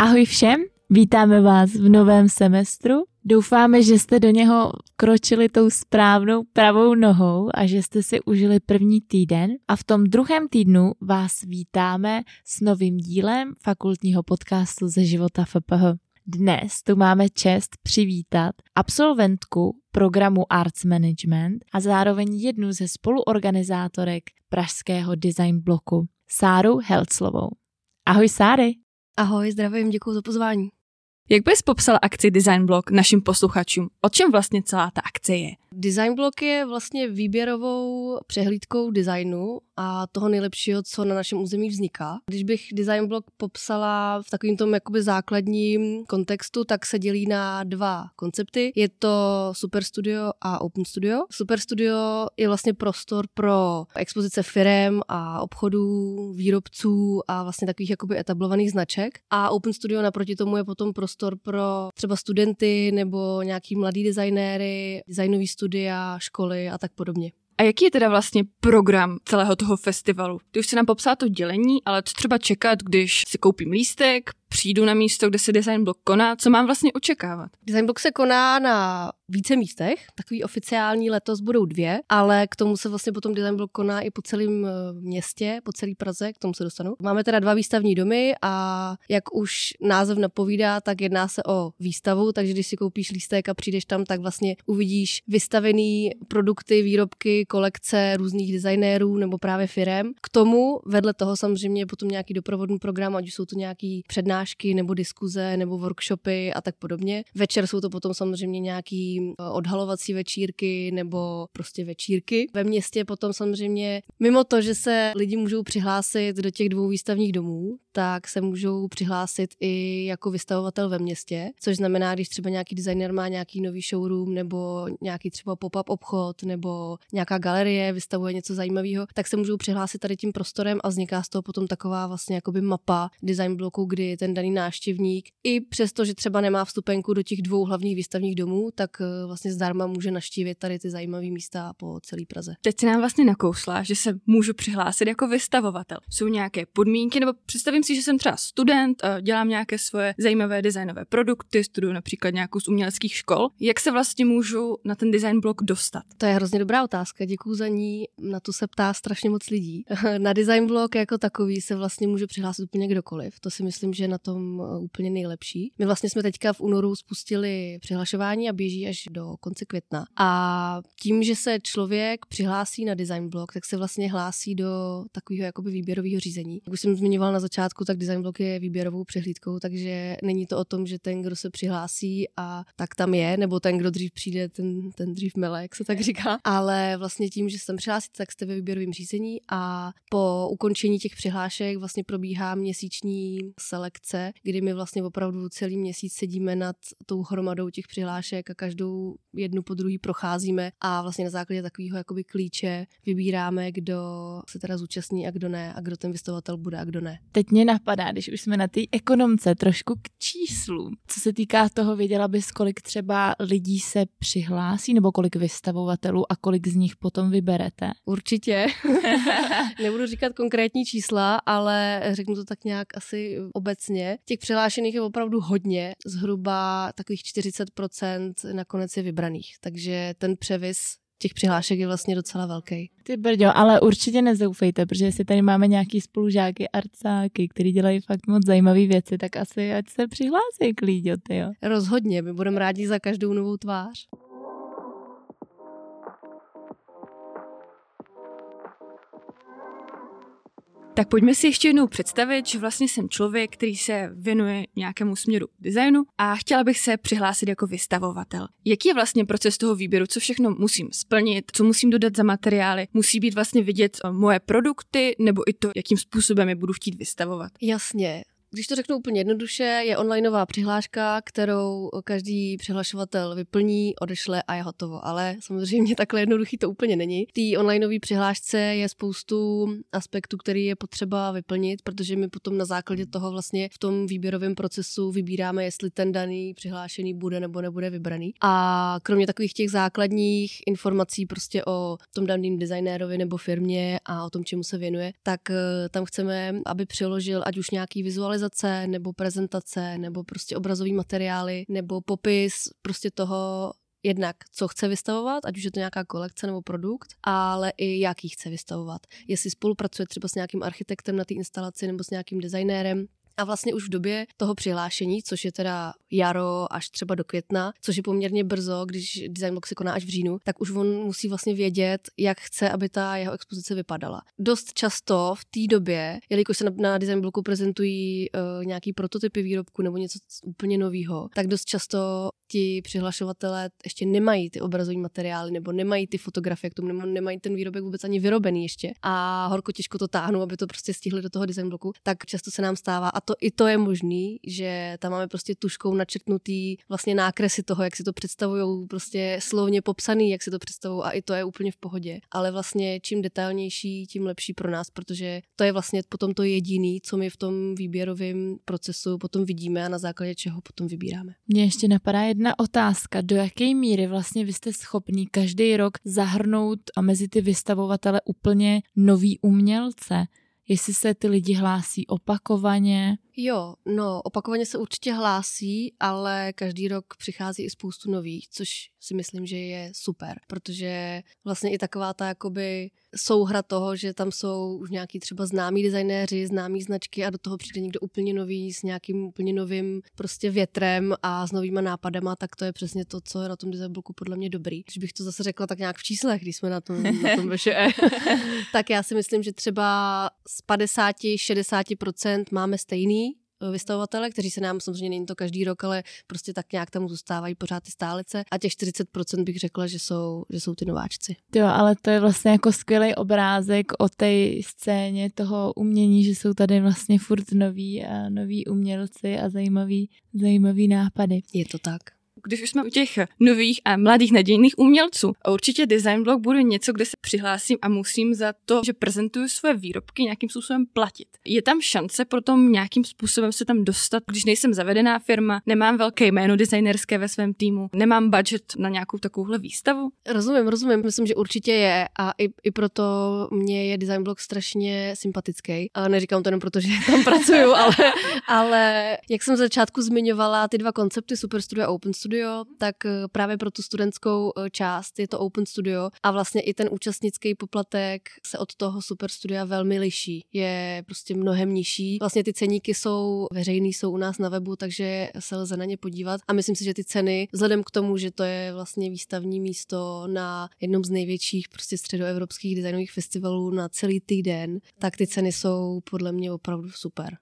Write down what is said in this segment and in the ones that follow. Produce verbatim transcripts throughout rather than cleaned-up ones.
Ahoj všem, vítáme vás v novém semestru. Doufáme, že jste do něho kročili tou správnou pravou nohou a že jste si užili první týden. A v tom druhém týdnu vás vítáme s novým dílem fakultního podcastu ze života F P H. Dnes tu máme čest přivítat absolventku programu Arts Management a zároveň jednu ze spoluorganizátorek pražského design bloku, Sáru Helclovou. Ahoj Sáry. Ahoj, zdravím, děkuji za pozvání. Jak bys popsala akci Design Block našim posluchačům? O čem vlastně celá ta akce je? Design Block je vlastně výběrovou přehlídkou designu a toho nejlepšího, co na našem území vzniká. Když bych Design Block popsala v takovým tom jakoby základním kontextu, tak se dělí na dva koncepty. Je to Super Studio a Open Studio. Super Studio je vlastně prostor pro expozice firem a obchodů, výrobců a vlastně takových jakoby etablovaných značek. A Open Studio naproti tomu je potom prostor pro třeba studenty nebo nějaký mladý designéry, designový studia, školy a tak podobně. A jaký je teda vlastně program celého toho festivalu? Ty už si nám popsala to dělení, ale co třeba čekat, když si koupím lístek, přijdu na místo, kde se Design Block koná, co mám vlastně očekávat? Design Block se koná na více místech, takový oficiální letos budou dvě, ale k tomu se vlastně potom Design Block koná i po celém městě, po celé Praze, k tomu se dostanu. Máme teda dva výstavní domy a jak už název napovídá, tak jedná se o výstavu, takže když si koupíš lístek a přijdeš tam, tak vlastně uvidíš vystavený produkty, výrobky, kolekce různých designérů nebo právě firem. K tomu vedle toho samozřejmě je potom nějaký doprovodný program, ať už jsou to nějaký přednášky nebo diskuze nebo workshopy a tak podobně. Večer jsou to potom samozřejmě nějaký odhalovací večírky nebo prostě večírky. Ve městě potom samozřejmě, mimo to, že se lidi můžou přihlásit do těch dvou výstavních domů, tak se můžou přihlásit i jako vystavovatel ve městě, což znamená, když třeba nějaký designer má nějaký nový showroom nebo nějaký třeba pop-up obchod nebo nějaká galerie vystavuje něco zajímavého, tak se můžou přihlásit tady tím prostorem a vzniká z toho potom taková vlastně jakoby mapa design bloku, kdy ten daný návštěvník i přesto, že třeba nemá vstupenku do těch dvou hlavních výstavních domů, tak vlastně zdarma může navštívit tady ty zajímavé místa po celé Praze. Teď si nám vlastně nakousla, že se můžu přihlásit jako vystavovatel. Jsou nějaké podmínky, nebo představím si, že jsem třeba student, dělám nějaké svoje zajímavé designové produkty, studuju například nějakou z uměleckých škol. Jak se vlastně můžu na ten design blok dostat? To je hrozně dobrá otázka, děkuju za ní, na tu se ptá strašně moc lidí. Na design blok jako takový se vlastně může přihlásit úplně kdokoliv. To si myslím, že je na tom úplně nejlepší. My vlastně jsme teďka v únoru spustili přihlašování a běží až do konce května. A tím, že se člověk přihlásí na design blok, tak se vlastně hlásí do takového jakoby výběrového řízení. Jak už jsem zmiňoval na začátku, tak design blok je výběrovou přehlídkou, takže není to o tom, že ten, kdo se přihlásí a tak tam je, nebo ten, kdo dřív přijde, ten, ten dřív mele, jak se tak říká. Ale vlastně tím, že se tam přihlásíte, tak jste ve výběrovém řízení a po ukončení těch přihlášek vlastně probíhá měsíční selekce, kdy my vlastně opravdu celý měsíc sedíme nad tou hromadou těch přihlášek a každou jednu po druhý procházíme a vlastně na základě takového jakoby klíče vybíráme, kdo se teda zúčastní a kdo ne a kdo ten vystavovatel bude a kdo ne. Teď mě napadá, když už jsme na té ekonomce, trošku k číslům. Co se týká toho, věděla bys, kolik třeba lidí se přihlásí nebo kolik vystavovatelů a kolik z nich potom vyberete? Určitě. Nebudu říkat konkrétní čísla, ale řeknu to tak nějak asi obecně. Těch přihlášených je opravdu hodně, zhruba takových čtyřicet procent nakonec je vybraných, takže ten převis těch přihlášek je vlastně docela velký. Ty brďo, ale určitě nezoufejte, protože si tady máme nějaký spolužáky, arcáky, který dělají fakt moc zajímavé věci, tak asi ať se přihlásí klíďo, tyjo. Rozhodně, my budeme rádi za každou novou tvář. Tak pojďme si ještě jednou představit, že vlastně jsem člověk, který se věnuje nějakému směru designu a chtěla bych se přihlásit jako vystavovatel. Jaký je vlastně proces toho výběru, co všechno musím splnit, co musím dodat za materiály, musí být vlastně vidět moje produkty nebo i to, jakým způsobem je budu chtít vystavovat? Jasně. Když to řeknu úplně jednoduše, je onlineová přihláška, kterou každý přihlašovatel vyplní, odešle a je hotovo. Ale samozřejmě takhle jednoduchý to úplně není. V té onlineové přihlášce je spoustu aspektů, který je potřeba vyplnit, protože my potom na základě toho vlastně v tom výběrovém procesu vybíráme, jestli ten daný přihlášený bude nebo nebude vybraný. A kromě takových těch základních informací prostě o tom daném designérovi nebo firmě a o tom, čemu se věnuje, tak tam chceme, aby přiložil ať už nějaký vizualizace vizualizace nebo prezentace nebo prostě obrazový materiály nebo popis prostě toho jednak, co chce vystavovat, ať už je to nějaká kolekce nebo produkt, ale i jaký chce vystavovat. Jestli spolupracuje třeba s nějakým architektem na té instalaci nebo s nějakým designérem. A vlastně už v době toho přihlášení, což je teda jaro až třeba do května, což je poměrně brzo, když Design Block se koná až v říjnu, tak už on musí vlastně vědět, jak chce, aby ta jeho expozice vypadala. Dost často v té době, jelikož se na, na Design Blocku prezentují uh, nějaký prototypy výrobku nebo něco úplně nového, tak dost často ti přihlašovatelé ještě nemají ty obrazové materiály nebo nemají ty fotografie k tomu, nebo nemají ten výrobek vůbec ani vyrobený ještě a horko těžko to táhnou, aby to prostě stihli do toho Design Blocku, tak často se nám stává a to i to je možný, že tam máme prostě tuškou načrtnutý vlastně nákresy toho, jak si to představujou, prostě slovně popsaný, jak si to představují a i to je úplně v pohodě. Ale vlastně čím detailnější, tím lepší pro nás, protože to je vlastně potom to jediný, co my v tom výběrovém procesu potom vidíme a na základě čeho potom vybíráme. Mně ještě napadá jedna otázka, do jaké míry vlastně vy jste schopní každý rok zahrnout a mezi ty vystavovatele úplně nový umělce? Jestli se ty lidi hlásí opakovaně? Jo, no opakovaně se určitě hlásí, ale každý rok přichází i spoustu nových, což si myslím, že je super, protože vlastně i taková ta jakoby souhra toho, že tam jsou už nějaký třeba známí designéři, známí značky a do toho přijde někdo úplně nový s nějakým úplně novým prostě větrem a s novýma nápadama, tak to je přesně to, co je na tom Design Blocku podle mě dobrý. Když bych to zase řekla tak nějak v číslech, když jsme na tom, na tom veše, tak já si myslím, že třeba z padesát až šedesát procent máme stejný vystavovatele, kteří se nám, samozřejmě není to každý rok, ale prostě tak nějak tam zůstávají pořád ty stálice a těch čtyřicet procent bych řekla, že jsou, že jsou ty nováčci. Jo, ale to je vlastně jako skvělý obrázek o té scéně toho umění, že jsou tady vlastně furt noví a noví umělci a zajímavý, zajímavý nápady. Je to tak. Když už jsme u těch nových a mladých nadějných umělců, určitě Design Block bude něco, kde se přihlásím a musím za to, že prezentuju své výrobky, nějakým způsobem platit. Je tam šance potom nějakým způsobem se tam dostat, když nejsem zavedená firma, nemám velké jméno designerské ve svém týmu, nemám budget na nějakou takovouhle výstavu? Rozumím, rozumím, myslím, že určitě je a i, i proto mě je Design Block strašně sympatický. A neříkám to jenom proto, že tam pracuju, ale, ale jak jsem z začátku zmiňovala ty dva koncepty Super Studio a Open Studio, tak právě pro tu studentskou část je to Open Studio a vlastně i ten účastnický poplatek se od toho Super Studia velmi liší. Je prostě mnohem nižší. Vlastně ty ceníky jsou veřejný, jsou u nás na webu, takže se lze na ně podívat a myslím si, že ty ceny, vzhledem k tomu, že to je vlastně výstavní místo na jednom z největších prostě středoevropských designových festivalů na celý týden, tak ty ceny jsou podle mě opravdu super.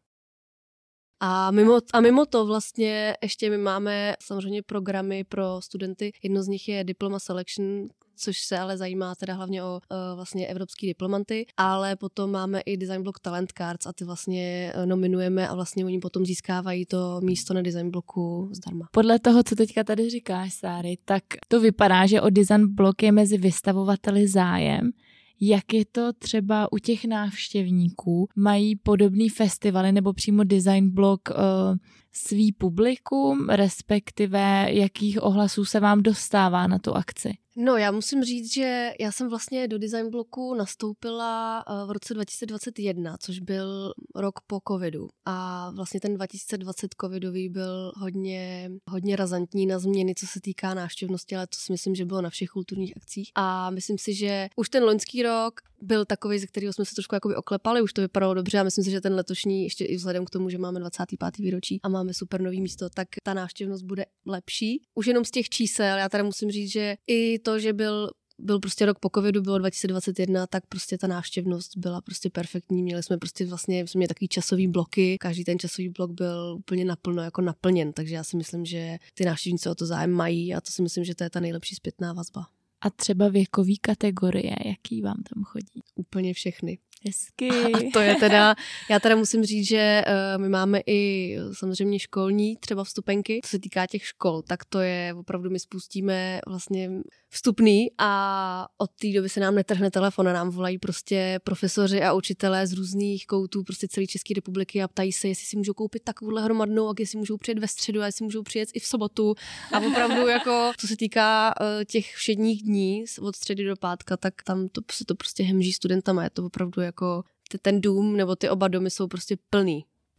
A mimo, a mimo to vlastně ještě my máme samozřejmě programy pro studenty. Jedno z nich je Diploma Selection, což se ale zajímá teda hlavně o uh, vlastně evropský diplomanty, ale potom máme i Design Block Talent Cards a ty vlastně uh, nominujeme a vlastně oni potom získávají to místo na Design Blocku zdarma. Podle toho, co teďka tady říkáš, Sáry, tak to vypadá, že o Design Block je mezi vystavovateli zájem. Jak je to třeba u těch návštěvníků? Mají podobný festivaly nebo přímo Design Block uh, svý publikum, respektive jakých ohlasů se vám dostává na tu akci? No, já musím říct, že já jsem vlastně do Design Blocku nastoupila v roce dva tisíce dvacet jedna, což byl rok po covidu. A vlastně ten dva tisíce dvacet covidový byl hodně, hodně razantní na změny, co se týká návštěvnosti, ale to si myslím, že bylo na všech kulturních akcích. A myslím si, že už ten loňský rok byl takový, ze kterého jsme se trošku jakoby oklepali, už to vypadalo dobře a myslím si, že ten letošní, ještě i vzhledem k tomu, že máme dvacáté páté výročí a máme super nový místo, tak ta návštěvnost bude lepší. Už jenom z těch čísel, já tady musím říct, že i to, že byl byl prostě rok po covidu, bylo dva tisíce dvacet jedna, tak prostě ta návštěvnost byla prostě perfektní. Měli jsme prostě vlastně, jsme měli takový časový bloky, každý ten časový blok byl úplně naplno jako naplněn, takže já si myslím, že ty návštěvníci o to zájem mají a to si myslím, že to je ta nejlepší zpětná vazba. A třeba věkový kategorie, jaký vám tam chodí? Úplně všechny. Hezky. A to je teda, já teda musím říct, že uh, my máme i samozřejmě školní třeba vstupenky. Co se týká těch škol, tak to je opravdu, my spustíme vlastně vstupný a od té doby se nám netrhne telefon a nám volají prostě profesoři a učitelé z různých koutů prostě celé České republiky a ptají se, jestli si můžou koupit takovouhle hromadnou a jestli můžou přijet ve středu a jestli můžou přijet i v sobotu. A opravdu jako, co se týká uh, těch všedních dní od středy do pátka, tak tam to, se to prostě hemží studentama. Je to opravdu jako ten dům nebo ty oba domy jsou prostě plný.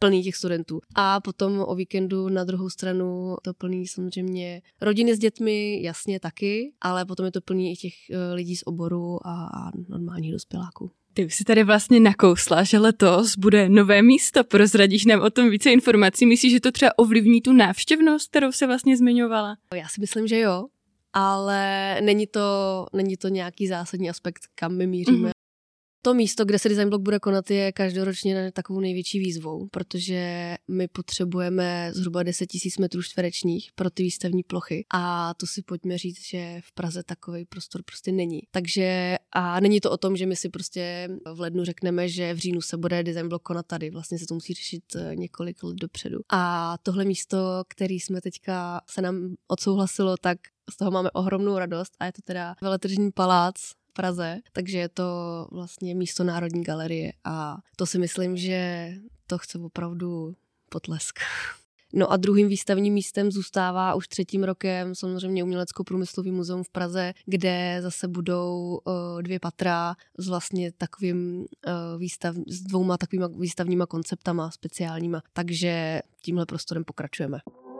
plný těch studentů. A potom o víkendu na druhou stranu to plný samozřejmě rodiny s dětmi, jasně taky, ale potom je to plný i těch lidí z oboru a, a normálních dospěláků. Ty už si tady vlastně nakousla, že letos bude nové místo. Prozradíš nám o tom více informací? Myslíš, že to třeba ovlivní tu návštěvnost, kterou se vlastně zmiňovala? Já si myslím, že jo, ale není to, není to nějaký zásadní aspekt, kam my míříme. Mm-hmm. To místo, kde se Design Block bude konat, je každoročně takovou největší výzvou, protože my potřebujeme zhruba deset tisíc metrů čtverečních pro ty výstavní plochy a to si pojďme říct, že v Praze takový prostor prostě není. Takže a není to o tom, že my si prostě v lednu řekneme, že v říjnu se bude Design Block konat tady, vlastně se to musí řešit několik let dopředu. A tohle místo, který jsme teďka se nám odsouhlasilo, tak z toho máme ohromnou radost a je to teda Veletržní palác Praze, takže je to vlastně místo Národní galerie a to si myslím, že to chce opravdu potlesk. No a druhým výstavním místem zůstává už třetím rokem samozřejmě Umělecko-průmyslový muzeum v Praze, kde zase budou uh, dvě patra s vlastně takovým uh, výstav, s dvouma takovýma výstavníma konceptama speciálníma, takže tímhle prostorem pokračujeme.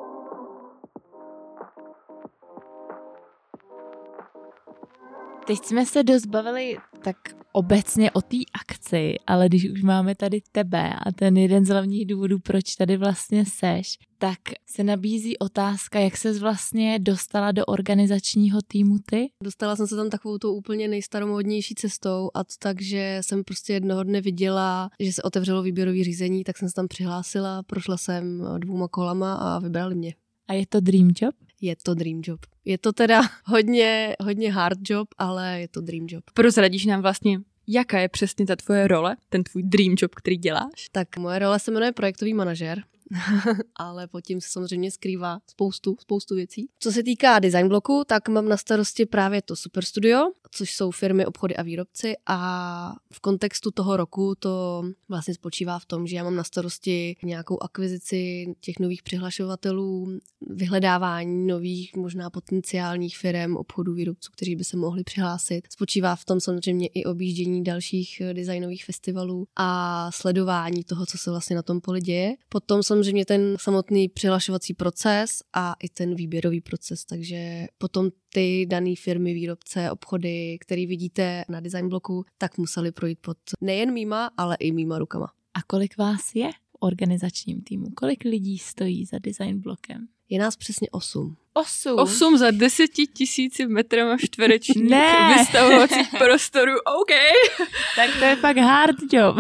Teď jsme se dost bavili tak obecně o té akci, ale když už máme tady tebe a ten jeden z hlavních důvodů, proč tady vlastně seš, tak se nabízí otázka, jak ses vlastně dostala do organizačního týmu ty? Dostala jsem se tam takovou tou úplně nejstaromódnější cestou a to tak, že jsem prostě jednoho dne viděla, že se otevřelo výběrové řízení, tak jsem se tam přihlásila, prošla jsem dvouma kolama a vybrali mě. A je to dream job? Je to dream job. Je to teda hodně, hodně hard job, ale je to dream job. Prozradíš nám vlastně, jaká je přesně ta tvoje role, ten tvůj dream job, který děláš? Tak moje role se jmenuje projektový manažer, ale pod tím se samozřejmě skrývá spoustu, spoustu věcí. Co se týká Design Blocku, tak mám na starosti právě to Super Studio, což jsou firmy, obchody a výrobci a v kontextu toho roku to vlastně spočívá v tom, že já mám na starosti nějakou akvizici těch nových přihlašovatelů, vyhledávání nových možná potenciálních firem, obchodů, výrobců, kteří by se mohli přihlásit. Spočívá v tom samozřejmě i objíždění dalších designových festivalů a sledování toho, co se vlastně na tom poli děje. Potom samozřejmě ten samotný přihlašovací proces a i ten výběrový proces, takže potom ty dané firmy, výrobce, obchody, který vidíte na Design Blocku, tak museli projít pod nejen mýma, ale i mýma rukama. A kolik vás je v organizačním týmu? Kolik lidí stojí za Design Blockem? Je nás přesně osm. Osm? Osm za deseti tisíci metrama čtverečních ne. vystavovacích prostorů, OK. Tak to je fakt hard job.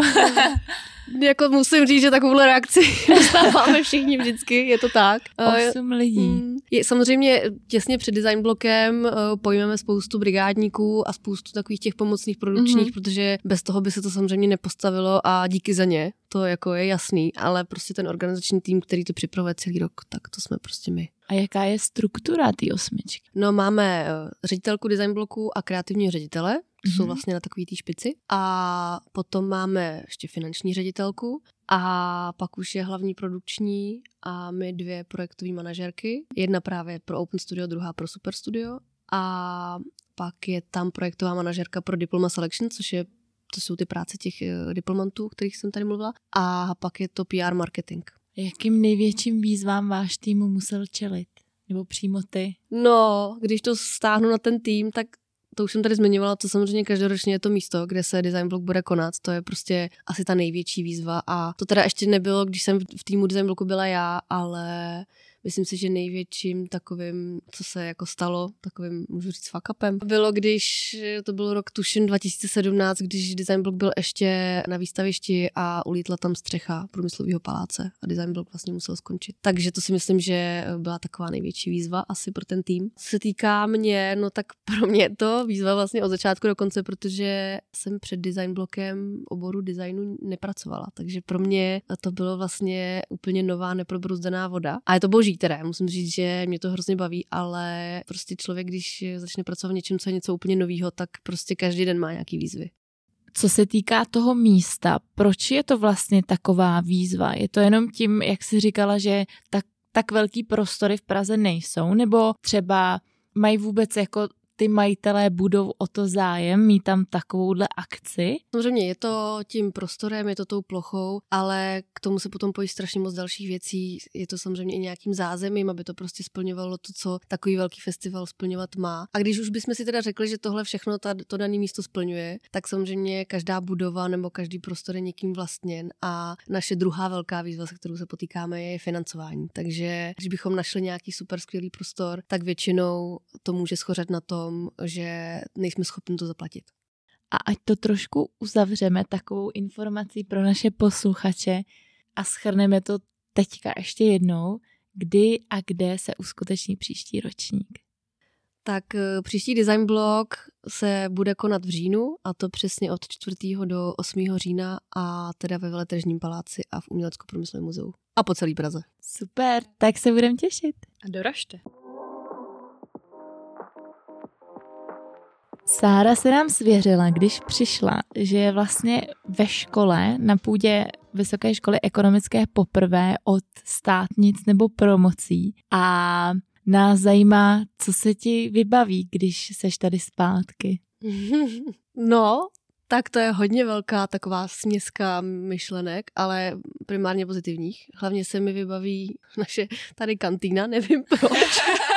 Jako musím říct, že takovouhle reakci dostáváme všichni vždycky, je to tak. Osm lidí. Je, samozřejmě těsně před Design Blockem pojmeme spoustu brigádníků a spoustu takových těch pomocných produkčních, mm-hmm. protože bez toho by se to samozřejmě nepostavilo a díky za ně, to jako je jasný, ale prostě ten organizační tým, který to připravuje celý rok, tak to jsme prostě my. A jaká je struktura té osmičky? No máme ředitelku Design Blocku a kreativního ředitele, to mm-hmm. jsou vlastně na takový té špici. A potom máme ještě finanční ředitelku a pak už je hlavní produkční a my dvě projektové manažerky. Jedna právě pro Open Studio, druhá pro Super Studio a pak je tam projektová manažerka pro Diploma Selection, což je, to jsou ty práce těch diplomantů, o kterých jsem tady mluvila. A pak je to P R marketing. Jakým největším výzvám váš týmu musel čelit? Nebo přímo ty? No, když to stáhnu na ten tým, tak to už jsem tady zmiňovala, to samozřejmě každoročně je to místo, kde se Design Block bude konat. To je prostě asi ta největší výzva a to teda ještě nebylo, když jsem v týmu Design Blocku byla já, ale myslím si, že největším takovým, co se jako stalo, takovým, můžu říct, fuck upem, bylo, když to byl rok tuším dva tisíce sedmnáct, když Design Block byl ještě na výstavišti a ulítla tam střecha Průmyslového paláce a Design Block vlastně musel skončit. Takže to si myslím, že byla taková největší výzva asi pro ten tým. Co se týká mě, no tak pro mě je to výzva vlastně od začátku do konce, protože jsem před Design Blockem oboru designu nepracovala, takže pro mě to bylo vlastně úplně nová neprobrouzdaná voda. A je to boží teda, musím říct, že mě to hrozně baví, ale prostě člověk, když začne pracovat v něčem, co je něco úplně novýho, tak prostě každý den má nějaký výzvy. Co se týká toho místa, proč je to vlastně taková výzva? Je to jenom tím, jak jsi říkala, že tak, tak velký prostory v Praze nejsou, nebo třeba mají vůbec jako ty majitelé budou o to zájem, mít tam takovouhle akci? Samozřejmě je to tím prostorem, je to tou plochou, ale k tomu se potom pojí strašně moc dalších věcí. Je to samozřejmě i nějakým zázemím, aby to prostě splňovalo to, co takový velký festival splňovat má. A když už bychom si teda řekli, že tohle všechno ta, to dané místo splňuje, tak samozřejmě každá budova nebo každý prostor je někým vlastněn a naše druhá velká výzva, se kterou se potýkáme, je financování. Takže když bychom našli nějaký super skvělý prostor, tak většinou to může schořet na tom, že nejsme schopni to zaplatit. A ať to trošku uzavřeme takovou informací pro naše posluchače a shrneme to teďka ještě jednou, kdy a kde se uskuteční příští ročník. Tak příští design blog se bude konat v říjnu, a to přesně od čtvrtého do osmého října, a teda ve Veletržním paláci a v Umělecko-průmyslovém muzeu. A po celé Praze. Super, tak se budeme těšit. A doražte. Sára se nám svěřila, když přišla, že je vlastně ve škole, na půdě Vysoké školy ekonomické poprvé od státnic nebo promocí, a nás zajímá, co se ti vybaví, když seš tady zpátky. No, tak to je hodně velká taková směska myšlenek, ale primárně pozitivních. Hlavně se mi vybaví naše tady kantýna, nevím proč.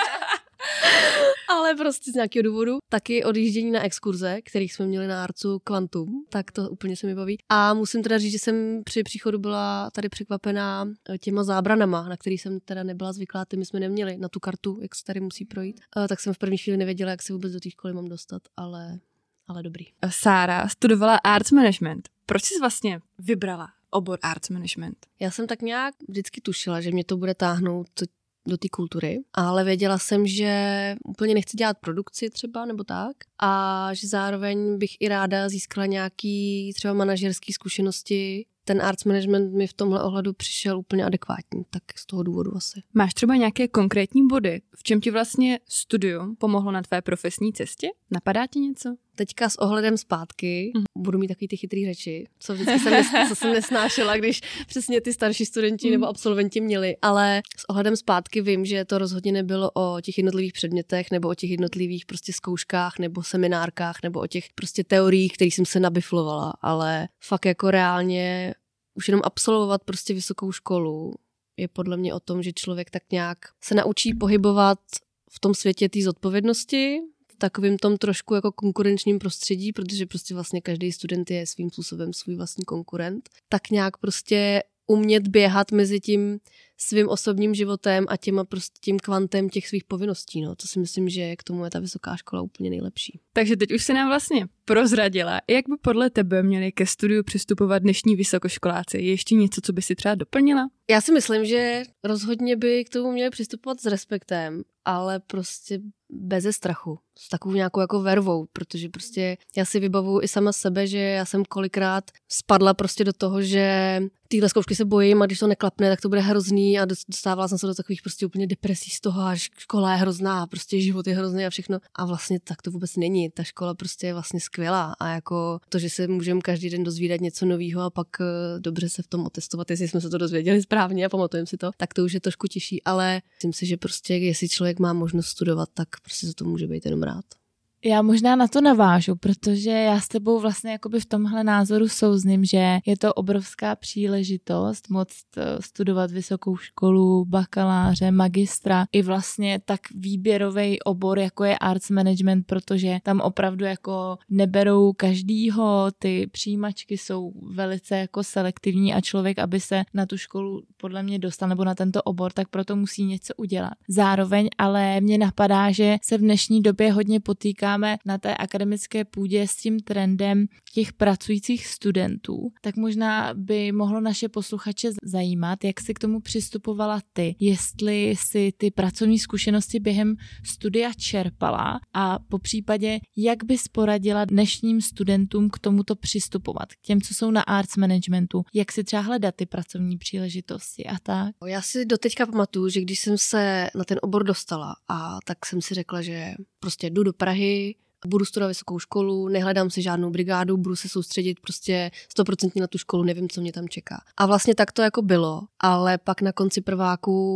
Ale prostě z nějakého důvodu. Taky odjíždění na exkurze, kterých jsme měli na Arcu Quantum, tak to úplně se mi baví. A musím teda říct, že jsem při příchodu byla tady překvapená těma zábranama, na který jsem teda nebyla zvyklá, ty my jsme neměli na tu kartu, jak se tady musí projít. Tak jsem v první chvíli nevěděla, jak se vůbec do té školy mám dostat, ale, ale dobrý. Sára studovala Arts Management. Proč jsi vlastně vybrala obor Arts Management? Já jsem tak nějak vždycky tušila, že mě to bude táhnout do té kultury, ale věděla jsem, že úplně nechci dělat produkci třeba nebo tak, a že zároveň bych i ráda získala nějaký třeba manažerský zkušenosti. Ten arts management mi v tomhle ohledu přišel úplně adekvátní, tak z toho důvodu asi. Máš třeba nějaké konkrétní body? V čem ti vlastně studium pomohlo na tvé profesní cestě? Napadá ti něco? Teďka s ohledem zpátky mm. budu mít takový ty chytrý řeči, co vždycky jsem, nes- co jsem nesnášela, když přesně ty starší studenti mm. nebo absolventi měli, ale s ohledem zpátky vím, že to rozhodně nebylo o těch jednotlivých předmětech nebo o těch jednotlivých prostě zkouškách nebo seminárkách nebo o těch prostě teoriích, kterých jsem se nabiflovala, ale fakt jako reálně už jenom absolvovat prostě vysokou školu je podle mě o tom, že člověk tak nějak se naučí pohybovat v tom světě té zodpovědnosti, v takovým tom trošku jako konkurenčním prostředí, protože prostě vlastně každý student je svým způsobem svůj vlastní konkurent, tak nějak prostě umět běhat mezi tím svým osobním životem a těma prostě tím kvantem těch svých povinností, no. To si myslím, že k tomu je ta vysoká škola úplně nejlepší. Takže teď už se nám vlastně prozradila, jak by podle tebe měli ke studiu přistupovat dnešní vysokoškoláci. Je ještě něco, co by si třeba doplnila? Já si myslím, že rozhodně by k tomu měli přistupovat s respektem, ale prostě beze strachu, s takovou nějakou jako vervou, protože prostě já si vybavuju i sama sebe, že já jsem kolikrát spadla prostě do toho, že téhle zkoušky se bojím a když to neklapne, tak to bude hrozný, a dostávala jsem se do takových prostě úplně depresí z toho, a škola je hrozná a prostě život je hrozný a všechno. A vlastně tak to vůbec není. Ta škola prostě je vlastně skvělá, a jako to, že se můžeme každý den dozvídat něco nového a pak uh, dobře se v tom otestovat, jestli jsme se to dozvěděli správně a pamatujeme si to, tak to už je trošku těžší, ale myslím si, že prostě jestli člověk má možnost studovat, tak prostě za to může být jenom rád. Já možná na to navážu, protože já s tebou vlastně jakoby v tomhle názoru souzním, že je to obrovská příležitost moct studovat vysokou školu, bakaláře, magistra, i vlastně tak výběrový obor, jako je arts management, protože tam opravdu jako neberou každýho, ty přijímačky jsou velice jako selektivní a člověk, aby se na tu školu podle mě dostal nebo na tento obor, tak proto musí něco udělat. Zároveň ale mě napadá, že se v dnešní době hodně potýká na té akademické půdě s tím trendem těch pracujících studentů, tak možná by mohlo naše posluchače zajímat, jak jsi k tomu přistupovala ty, jestli si ty pracovní zkušenosti během studia čerpala a popřípadě, jak bys poradila dnešním studentům k tomuto přistupovat, k těm, co jsou na arts managementu, jak si třeba hledat ty pracovní příležitosti a tak. Já si doteďka pamatuju, že když jsem se na ten obor dostala, a tak jsem si řekla, že prostě jdu do Prahy, budu studovat vysokou školu, nehledám si žádnou brigádu, budu se soustředit prostě stoprocentně na tu školu, nevím, co mě tam čeká. A vlastně tak to jako bylo, ale pak na konci prváku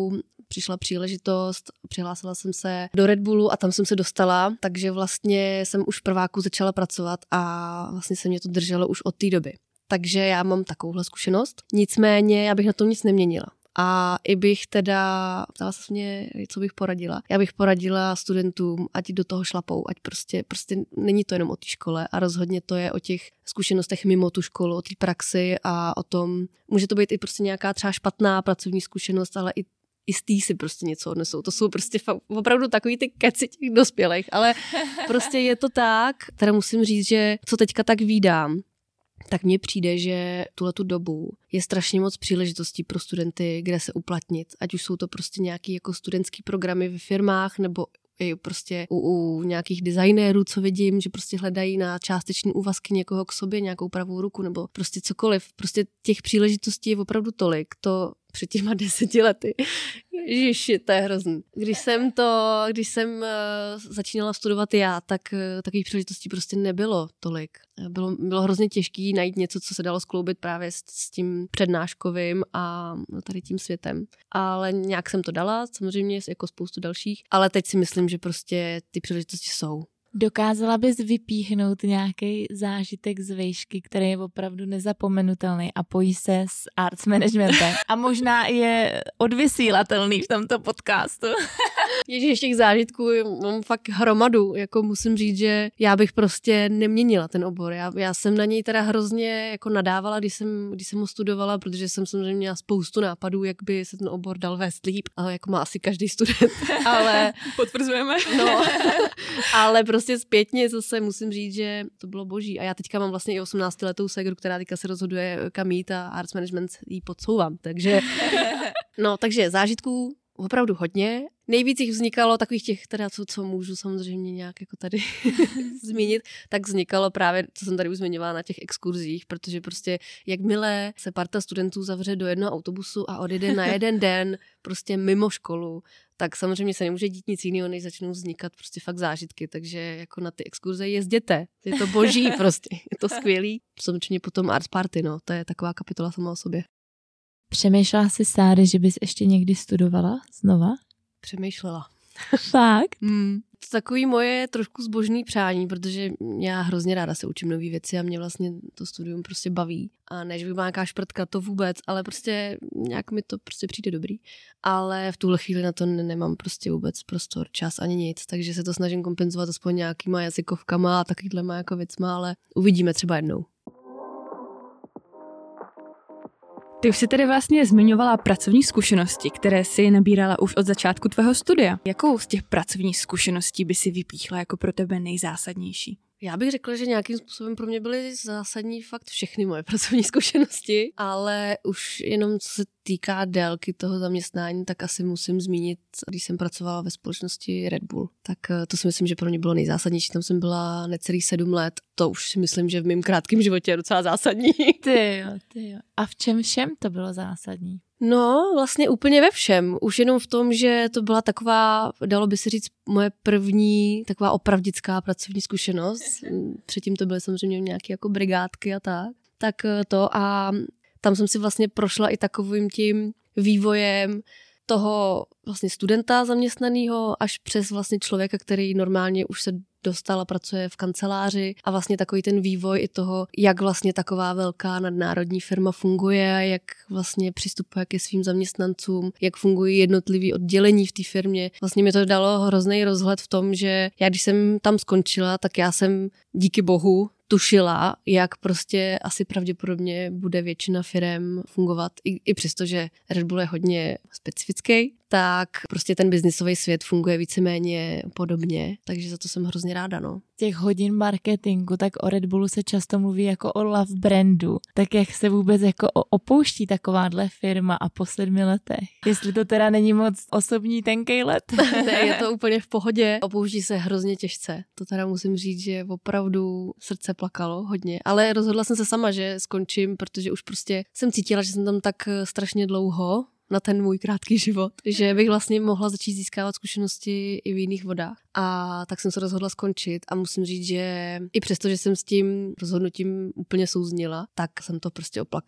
přišla příležitost, přihlásila jsem se do Red Bullu a tam jsem se dostala, takže vlastně jsem už v prváku začala pracovat a vlastně se mě to drželo už od té doby. Takže já mám takovouhle zkušenost, nicméně já bych na tom nic neměnila. A i bych teda, ptala se mě, co bych poradila. Já bych poradila studentům, ať do toho šlapou, ať prostě, prostě není to jenom o té škole a rozhodně to je o těch zkušenostech mimo tu školu, o té praxi a o tom, může to být i prostě nějaká třeba špatná pracovní zkušenost, ale i i z tý si prostě něco odnesou. To jsou prostě fa- opravdu takový ty keci těch dospělých, ale prostě je to tak, teda musím říct, že co teďka tak vídám, tak mně přijde, že tuhletu dobu je strašně moc příležitostí pro studenty, kde se uplatnit. Ať už jsou to prostě nějaký jako studentský programy ve firmách, nebo i prostě u, u nějakých designérů, co vidím, že prostě hledají na částečný úvazky někoho k sobě, nějakou pravou ruku, nebo prostě cokoliv. Prostě těch příležitostí je opravdu tolik. To před těma deseti lety. Ježiši, to je hrozný. Když jsem to, když jsem uh, začínala studovat já, tak uh, takových příležitostí prostě nebylo tolik. Bylo, bylo hrozně těžké najít něco, co se dalo skloubit právě s, s tím přednáškovým a tady tím světem. Ale nějak jsem to dala, samozřejmě jako spoustu dalších, ale teď si myslím, že prostě ty příležitosti jsou. Dokázala bys vypíchnout nějaký zážitek z vejšky, který je opravdu nezapomenutelný a pojí se s arts managementem a možná je odvysílatelný v tomto podcastu. Ježíš, těch zážitků mám fakt hromadu, jako musím říct, že já bych prostě neměnila ten obor. Já, já jsem na něj teda hrozně jako nadávala, když jsem, když jsem ho studovala, protože jsem samozřejmě měla spoustu nápadů, jak by se ten obor dal vést líp, ale jako má asi každý student. Ale potvrzujeme. No, ale prostě zpětně zase musím říct, že to bylo boží. A já teďka mám vlastně i osmnáctiletou ségru, která teďka se rozhoduje, kam jít a arts management jí podsouvám. Takže, no, takže zážitků opravdu hodně. Nejvíc jich vznikalo takových těch, teda co, co můžu samozřejmě nějak jako tady zmínit, tak vznikalo právě, co jsem tady už zmiňovala na těch exkurzích, protože prostě jakmile se parta studentů zavře do jednoho autobusu a odjede na jeden den prostě mimo školu, tak samozřejmě se nemůže dít nic jiného, než začnou vznikat prostě fakt zážitky, takže jako na ty exkurze jezděte, je to boží prostě, je to skvělý. Samozřejmě potom Arts Party, no, to je taková kapitola sama o sobě. Přemýšlela jsi, Sáry, že bys ještě někdy studovala znova? Přemýšlela. Fakt? Hmm. To takový moje trošku zbožný přání, protože já hrozně ráda se učím nové věci a mě vlastně to studium prostě baví. A ne, že bych byla nějaká šprtka, to vůbec, ale prostě nějak mi to prostě přijde dobrý. Ale v tuhle chvíli na to nemám prostě vůbec prostor, čas ani nic, takže se to snažím kompenzovat aspoň nějakýma jazykovkama a takovýhlema jako věcma, ale uvidíme třeba jednou. Ty už si tedy vlastně zmiňovala pracovní zkušenosti, které si nabírala už od začátku tvého studia. Jakou z těch pracovních zkušeností by si vypíchla jako pro tebe nejzásadnější? Já bych řekla, že nějakým způsobem pro mě byly zásadní fakt všechny moje pracovní zkušenosti, ale už jenom co se týká délky toho zaměstnání, tak asi musím zmínit, když jsem pracovala ve společnosti Red Bull, tak to si myslím, že pro mě bylo nejzásadnější. Tam jsem byla necelých sedm let. To už si myslím, že v mém krátkém životě je docela zásadní. Ty jo, ty jo. A v čem všem to bylo zásadní? No, vlastně úplně ve všem. Už jenom v tom, že to byla taková, dalo by se říct, moje první taková opravdická pracovní zkušenost. Předtím to byly samozřejmě nějaké jako brigádky a tak. Tak to a tam jsem si vlastně prošla i takovým tím vývojem toho vlastně studenta zaměstnaného až přes vlastně člověka, který normálně už se dostal a pracuje v kanceláři a vlastně takový ten vývoj i toho, jak vlastně taková velká nadnárodní firma funguje, jak vlastně přistupuje ke svým zaměstnancům, jak fungují jednotlivý oddělení v té firmě. Vlastně mi to dalo hrozný rozhled v tom, že já když jsem tam skončila, tak já jsem díky bohu tušila, jak prostě asi pravděpodobně bude většina firem fungovat, i, i přesto, že Red Bull je hodně specifický, tak prostě ten biznisový svět funguje víceméně podobně, takže za to jsem hrozně ráda, no. Těch hodin marketingu, tak o Red Bullu se často mluví jako o love brandu. Tak jak se vůbec jako opouští takováhle firma a po sedmi letech? Jestli to teda není moc osobní tenkej let? Ne, je to úplně v pohodě. Opouští se hrozně těžce. To teda musím říct, že opravdu srdce plakalo hodně. Ale rozhodla jsem se sama, že skončím, protože už prostě jsem cítila, že jsem tam tak strašně dlouho na ten můj krátký život, že bych vlastně mohla začít získávat zkušenosti i v jiných vodách. A tak jsem se rozhodla skončit a musím říct, že i přesto, že jsem s tím rozhodnutím úplně souznila, tak jsem to prostě oplakala.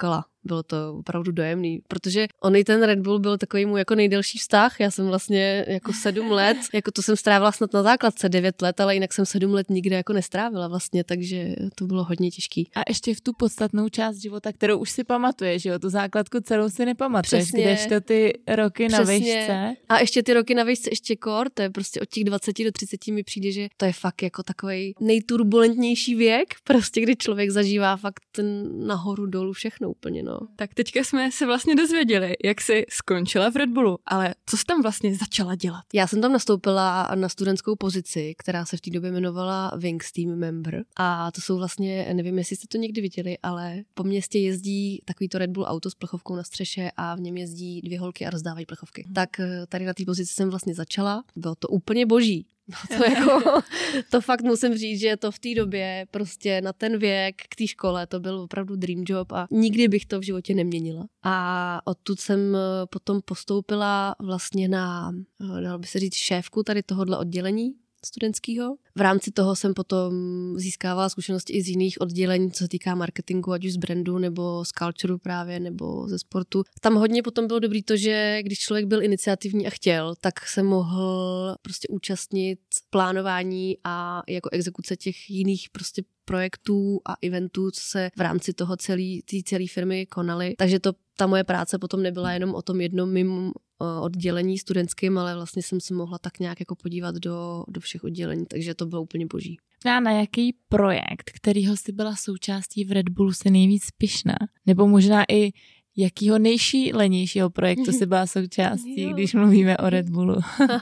Bylo to opravdu dojemný, protože on i ten Red Bull byl takový mu jako nejdelší vztah. Já jsem vlastně jako sedm let, jako to jsem strávila snad na základce devět let, ale jinak jsem sedm let nikde jako nestrávila vlastně, takže to bylo hodně těžký. A ještě v tu podstatnou část života, kterou už si pamatuješ, jo? Tu základku celou si nepamatuješ, kdežto ty roky na výšce. A ještě ty roky na výšce ještě kor, to je prostě od těch dvaceti do třiceti mi přijde, že to je fakt jako takovej nejturbulentnější věk, prostě kdy člověk zažívá fakt ten nahoru dolů všechno úplně, no. Tak teďka jsme se vlastně dozvěděli, jak jsi skončila v Red Bullu, ale co jsi tam vlastně začala dělat? Já jsem tam nastoupila na studentskou pozici, která se v té době jmenovala Wings Team Member a to jsou vlastně, nevím, jestli jste to někdy viděli, ale po městě jezdí takovýto Red Bull auto s plechovkou na střeše a v něm jezdí dvě holky a rozdávají plechovky. Hmm. Tak tady na té pozici jsem vlastně začala, bylo to úplně boží. To, jako, to fakt musím říct, že to v té době prostě na ten věk k té škole to byl opravdu dream job a nikdy bych to v životě neměnila. A odtud jsem potom postoupila vlastně na, dalo by se říct, šéfku tady tohohle oddělení studentského. V rámci toho jsem potom získávala zkušenosti i z jiných oddělení, co se týká marketingu, ať už z brandu, nebo z culture právě, nebo ze sportu. Tam hodně potom bylo dobrý to, že když člověk byl iniciativní a chtěl, tak se mohl prostě účastnit plánování a jako exekuce těch jiných prostě projektů a eventů, co se v rámci toho celý, té celé firmy konaly. Takže to, ta moje práce potom nebyla jenom o tom jednom mým oddělení studentským, ale vlastně jsem se mohla tak nějak jako podívat do, do všech oddělení, takže to bylo úplně boží. A na jaký projekt, kterýho jsi byla součástí v Red Bullu, se nejvíc pyšná? Nebo možná i jakýho nejšílenějšího projektu jsi byla součástí, když mluvíme o Red Bullu?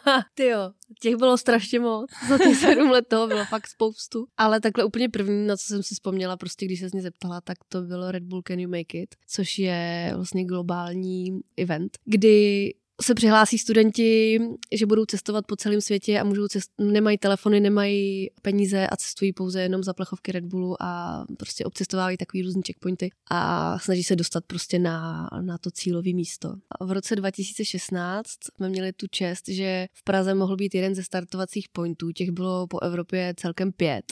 Tyjo, těch bylo strašně moc. Za těch sedm let toho bylo fakt spoustu. Ale takhle úplně první, na co jsem si vzpomněla, prostě když se mě zeptala, tak to bylo Red Bull Can You Make It, což je vlastně globální event, kdy se přihlásí studenti, že budou cestovat po celém světě a můžou cest- nemají telefony, nemají peníze a cestují pouze jenom za plechovky Red Bullu a prostě obcestovávají takový různý checkpointy a snaží se dostat prostě na, na to cílové místo. A v roce dva tisíce šestnáct jsme měli tu čest, že v Praze mohl být jeden ze startovacích pointů, těch bylo po Evropě celkem pět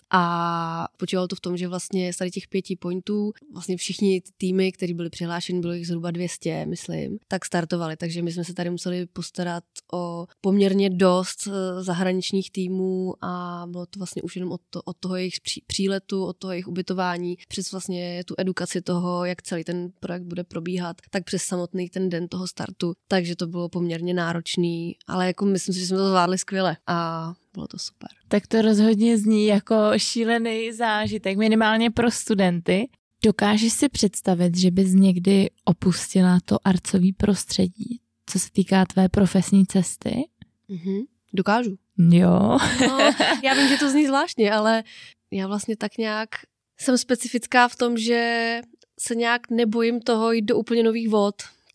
a počívalo to v tom, že vlastně z tady těch pěti pointů vlastně všichni týmy, kteří byli přihlášeni, bylo jich zhruba dvě stě, myslím, tak startovali, takže my jsme se tady museli postarat o poměrně dost zahraničních týmů a bylo to vlastně už jenom od, to, od toho jejich příletu, od toho jejich ubytování, přes vlastně tu edukaci toho, jak celý ten projekt bude probíhat, tak přes samotný ten den toho startu. Takže to bylo poměrně náročný, ale jako myslím si, že jsme to zvládli skvěle a bylo to super. Tak to rozhodně zní jako šílený zážitek, minimálně pro studenty. Dokážeš si představit, že bys někdy opustila to artsový prostředí, co se týká tvé profesní cesty? Mm-hmm. Dokážu. Jo. No, já vím, že to zní zvláštně, ale já vlastně tak nějak jsem specifická v tom, že se nějak nebojím toho jít do úplně nových vod.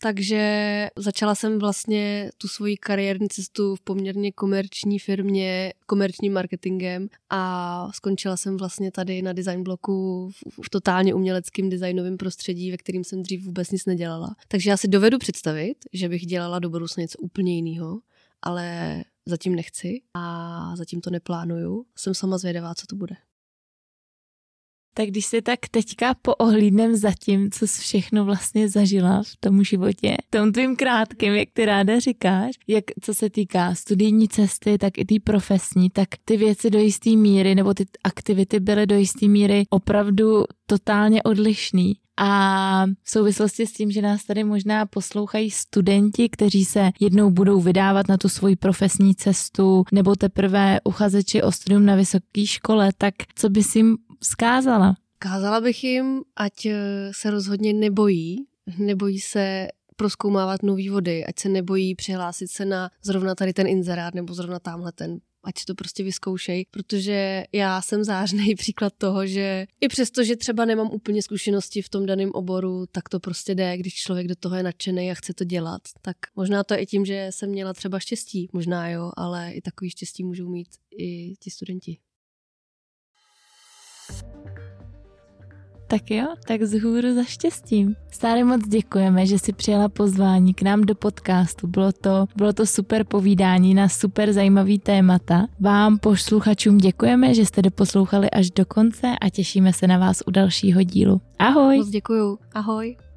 Takže začala jsem vlastně tu svoji kariérní cestu v poměrně komerční firmě, komerčním marketingem a skončila jsem vlastně tady na design bloku v, v totálně uměleckém designovém prostředí, ve kterým jsem dřív vůbec nic nedělala. Takže já si dovedu představit, že bych dělala do budoucna něco úplně jiného, ale zatím nechci a zatím to neplánuju. Jsem sama zvědavá, co to bude. Tak když se tak teďka poohlídnem za tím, co jsi všechno vlastně zažila v tom životě, tom tvým krátkým, jak ty ráda říkáš, jak co se týká studijní cesty, tak i ty profesní, tak ty věci do jisté míry, nebo ty aktivity byly do jisté míry opravdu totálně odlišný. A v souvislosti s tím, že nás tady možná poslouchají studenti, kteří se jednou budou vydávat na tu svoji profesní cestu, nebo teprve uchazeči o studium na vysoké škole, tak co bys jim vzkázala? Kázala bych jim, ať se rozhodně nebojí, nebojí se prozkoumávat nový vody, ať se nebojí přihlásit se na zrovna tady ten inzerát nebo zrovna tamhle ten, ať si to prostě vyzkoušej, protože já jsem zářný příklad toho, že i přesto, že třeba nemám úplně zkušenosti v tom daném oboru, tak to prostě jde, když člověk do toho je nadšený a chce to dělat. Tak možná to je i tím, že jsem měla třeba štěstí, možná jo, ale i takový štěstí můžou mít i ti studenti. Tak jo, tak vzhůru za štěstím. Stále moc děkujeme, že jsi přijala pozvání k nám do podcastu. Bylo to, bylo to super povídání na super zajímavý témata. Vám, posluchačům, děkujeme, že jste doposlouchali až do konce a těšíme se na vás u dalšího dílu. Ahoj! Moc děkuju. Ahoj!